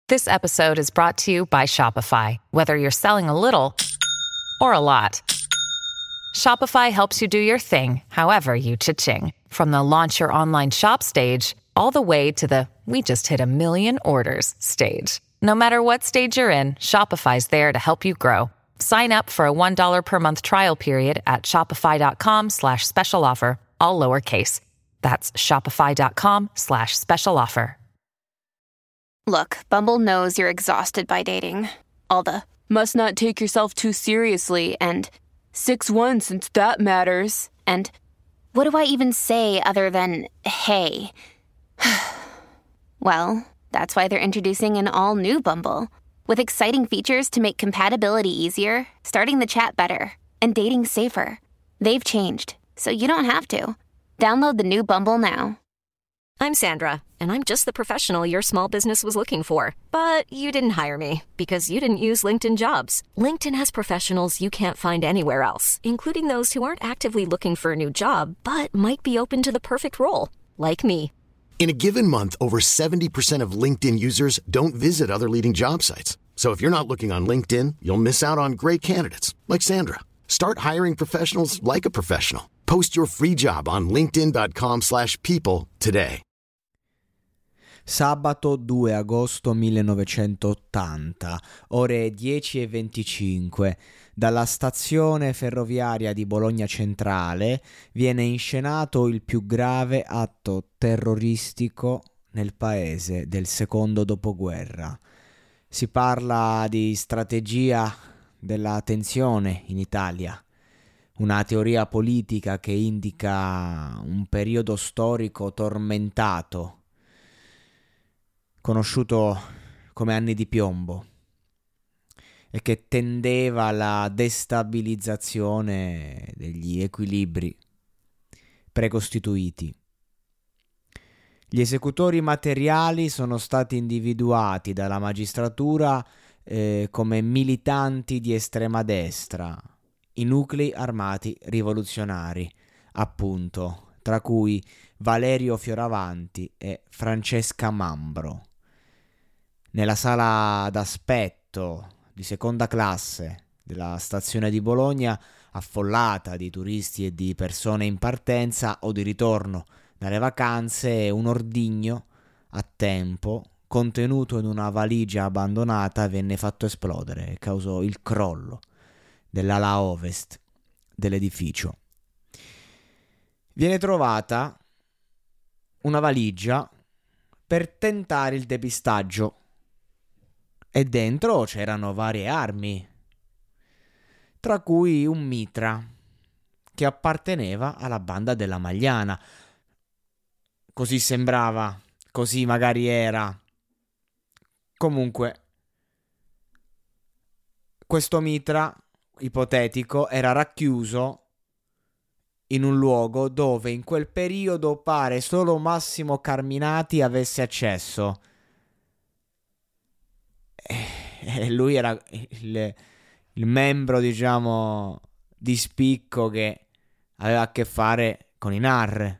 This episode is brought to you by Shopify. Whether you're selling a little or a lot, Shopify helps you do your thing, however you cha-ching. From the launch your online shop stage, all the way to the we just hit 1 million orders stage. No matter what stage you're in, Shopify's there to help you grow. Sign up for a $1 per month trial period at shopify.com/special offer, all lowercase. That's shopify.com/special offer. Look, Bumble knows you're exhausted by dating. All the must not take yourself too seriously and 6'1" since that matters. And what do I even say other than hey? Well, that's why they're introducing an all-new Bumble with exciting features to make compatibility easier, starting the chat better, and dating safer. They've changed, so you don't have to. Download the new Bumble now. I'm Sandra, and I'm just the professional your small business was looking for. But you didn't hire me because you didn't use LinkedIn Jobs. LinkedIn has professionals you can't find anywhere else, including those who aren't actively looking for a new job, but might be open to the perfect role, like me. In a given month, over 70% of LinkedIn users don't visit other leading job sites. So if you're not looking on LinkedIn, you'll miss out on great candidates, like Sandra. Start hiring professionals like a professional. Post your free job on linkedin.com/people today. Sabato 2 agosto 1980, ore 10:25, dalla stazione ferroviaria di Bologna Centrale viene inscenato il più grave atto terroristico nel paese del secondo dopoguerra. Si parla di strategia della tensione in Italia, una teoria politica che indica un periodo storico tormentato, conosciuto come anni di piombo, e che tendeva alla destabilizzazione degli equilibri precostituiti. Gli esecutori materiali sono stati individuati dalla magistratura come militanti di estrema destra, i nuclei armati rivoluzionari, appunto, tra cui Valerio Fioravanti e Francesca Mambro. Nella sala d'aspetto di seconda classe della stazione di Bologna, affollata di turisti e di persone in partenza o di ritorno dalle vacanze, un ordigno a tempo, contenuto in una valigia abbandonata, venne fatto esplodere e causò il crollo dell'ala ovest dell'edificio. Viene trovata una valigia per tentare il depistaggio e dentro c'erano varie armi, tra cui un mitra che apparteneva alla banda della Magliana. Così sembrava, così magari era. Comunque, questo mitra ipotetico era racchiuso in un luogo dove in quel periodo pare solo Massimo Carminati avesse accesso. E lui era il membro, diciamo, di spicco che aveva a che fare con i NAR.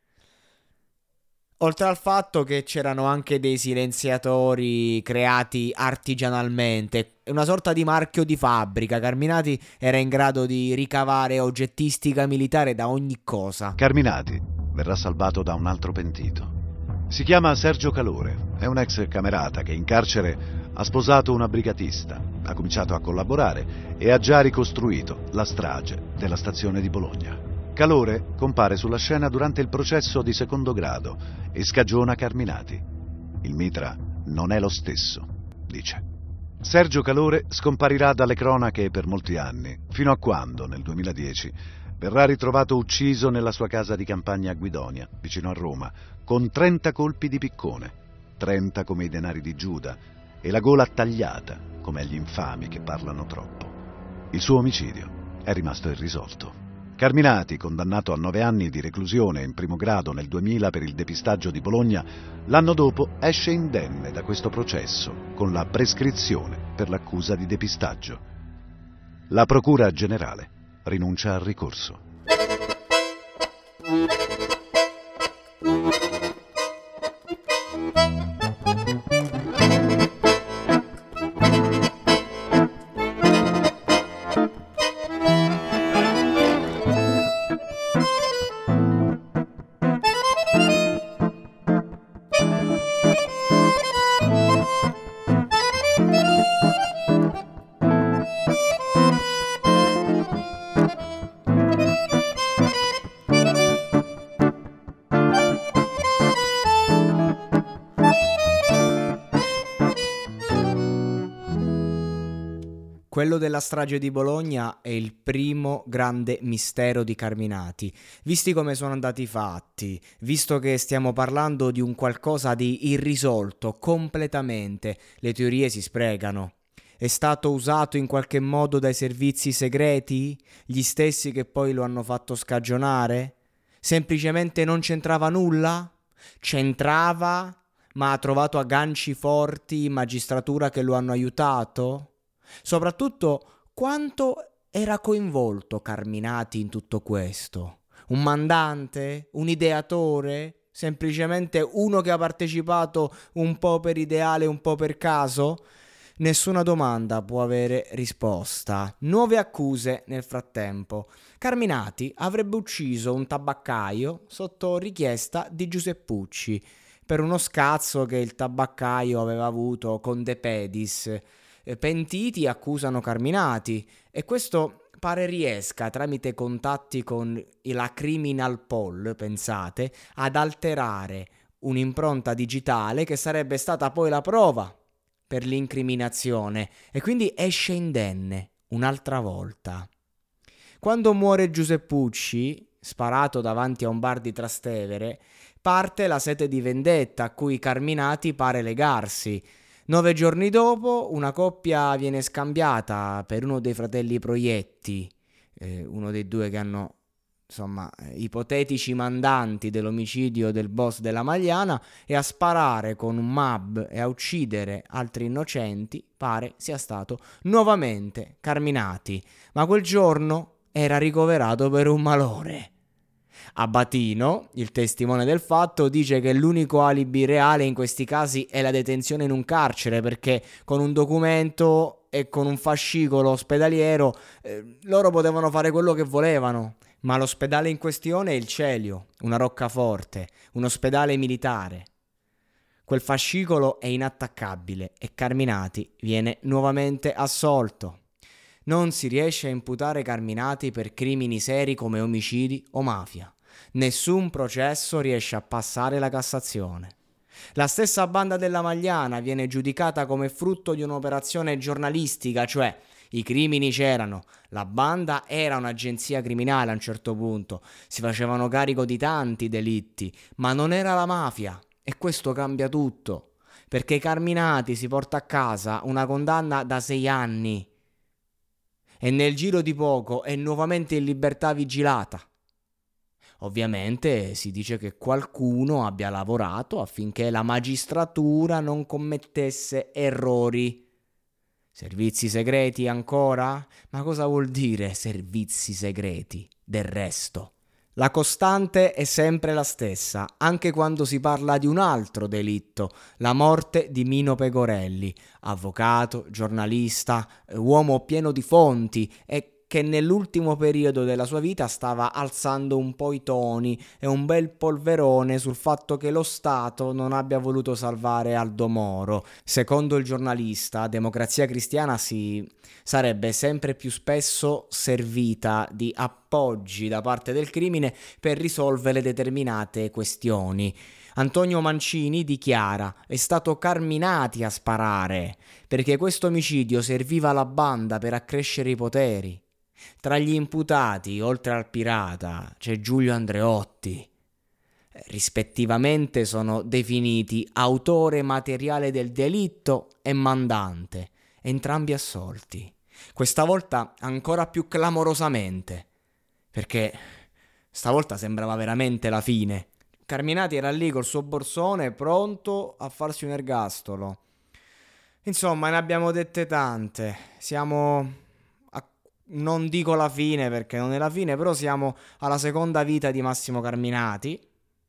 Oltre al fatto che c'erano anche dei silenziatori creati artigianalmente, una sorta di marchio di fabbrica. Carminati era in grado di ricavare oggettistica militare da ogni cosa. Carminati verrà salvato da un altro pentito. Si chiama Sergio Calore, è un ex camerata che in carcere ha sposato una brigatista, ha cominciato a collaborare e ha già ricostruito la strage della stazione di Bologna. Calore compare sulla scena durante il processo di secondo grado e scagiona Carminati. Il mitra non è lo stesso, dice. Sergio Calore scomparirà dalle cronache per molti anni, fino a quando, nel 2010, verrà ritrovato ucciso nella sua casa di campagna a Guidonia, vicino a Roma, con 30 colpi di piccone, 30 come i denari di Giuda, e la gola tagliata, come agli infami che parlano troppo. Il suo omicidio è rimasto irrisolto. Carminati, condannato a 9 anni di reclusione in primo grado nel 2000 per il depistaggio di Bologna, l'anno dopo esce indenne da questo processo con la prescrizione per l'accusa di depistaggio. La Procura Generale rinuncia al ricorso. Quello della strage di Bologna è il primo grande mistero di Carminati. Visti come sono andati i fatti, visto che stiamo parlando di un qualcosa di irrisolto completamente, le teorie si sprecano. È stato usato in qualche modo dai servizi segreti? Gli stessi che poi lo hanno fatto scagionare? Semplicemente non c'entrava nulla? C'entrava, ma ha trovato agganci forti in magistratura che lo hanno aiutato? Soprattutto, quanto era coinvolto Carminati in tutto questo? Un mandante? Un ideatore? Semplicemente uno che ha partecipato un po' per ideale, un po' per caso? Nessuna domanda può avere risposta. Nuove accuse nel frattempo. Carminati avrebbe ucciso un tabaccaio sotto richiesta di Giuseppucci per uno scazzo che il tabaccaio aveva avuto con De Pedis. Pentiti accusano Carminati e questo pare riesca, tramite contatti con la Criminal Poll, pensate, ad alterare un'impronta digitale che sarebbe stata poi la prova per l'incriminazione e quindi esce indenne un'altra volta. Quando muore Giuseppucci, sparato davanti a un bar di Trastevere, parte la sete di vendetta a cui Carminati pare legarsi. 9 giorni dopo una coppia viene scambiata per uno dei fratelli Proietti, uno dei due che hanno, insomma, ipotetici mandanti dell'omicidio del boss della Magliana, e a sparare con un MAB e a uccidere altri innocenti pare sia stato nuovamente Carminati, ma quel giorno era ricoverato per un malore. Abatino, il testimone del fatto, dice che l'unico alibi reale in questi casi è la detenzione in un carcere, perché con un documento e con un fascicolo ospedaliero loro potevano fare quello che volevano. Ma l'ospedale in questione è il Celio, una roccaforte, un ospedale militare. Quel fascicolo è inattaccabile e Carminati viene nuovamente assolto. Non si riesce a imputare Carminati per crimini seri come omicidi o mafia. Nessun processo riesce a passare la Cassazione. La stessa banda della Magliana viene giudicata come frutto di un'operazione giornalistica, cioè i crimini c'erano, la banda era un'agenzia criminale a un certo punto, si facevano carico di tanti delitti, ma non era la mafia, e questo cambia tutto, perché Carminati si porta a casa una condanna da 6 anni e nel giro di poco è nuovamente in libertà vigilata. Ovviamente si dice che qualcuno abbia lavorato affinché la magistratura non commettesse errori. Servizi segreti ancora? Ma cosa vuol dire servizi segreti? Del resto, la costante è sempre la stessa, anche quando si parla di un altro delitto, la morte di Mino Pegorelli, avvocato, giornalista, uomo pieno di fonti e che nell'ultimo periodo della sua vita stava alzando un po' i toni e un bel polverone sul fatto che lo Stato non abbia voluto salvare Aldo Moro. Secondo il giornalista, Democrazia Cristiana si sarebbe sempre più spesso servita di appoggi da parte del crimine per risolvere determinate questioni. Antonio Mancini dichiara: è stato Carminati a sparare, perché questo omicidio serviva alla banda per accrescere i poteri. Tra gli imputati, oltre al pirata, c'è Giulio Andreotti. Rispettivamente sono definiti autore materiale del delitto e mandante, entrambi assolti. Questa volta ancora più clamorosamente, perché stavolta sembrava veramente la fine. Carminati era lì col suo borsone pronto a farsi un ergastolo. Insomma, ne abbiamo dette tante. Siamo non dico la fine perché non è la fine, però siamo alla seconda vita di Massimo Carminati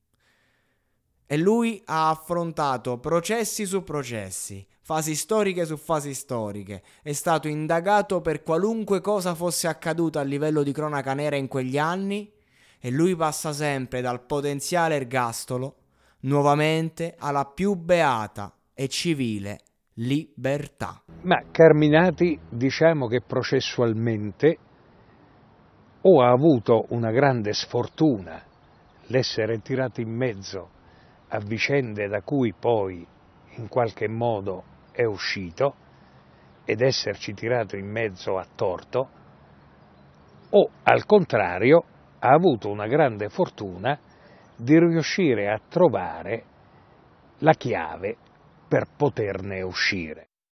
e lui ha affrontato processi su processi, fasi storiche su fasi storiche, è stato indagato per qualunque cosa fosse accaduta a livello di cronaca nera in quegli anni e lui passa sempre dal potenziale ergastolo nuovamente alla più beata e civile libertà. Ma Carminati, diciamo che processualmente o ha avuto una grande sfortuna, l'essere tirato in mezzo a vicende da cui poi in qualche modo è uscito, ed esserci tirato in mezzo a torto, o al contrario ha avuto una grande fortuna di riuscire a trovare la chiave per poterne uscire.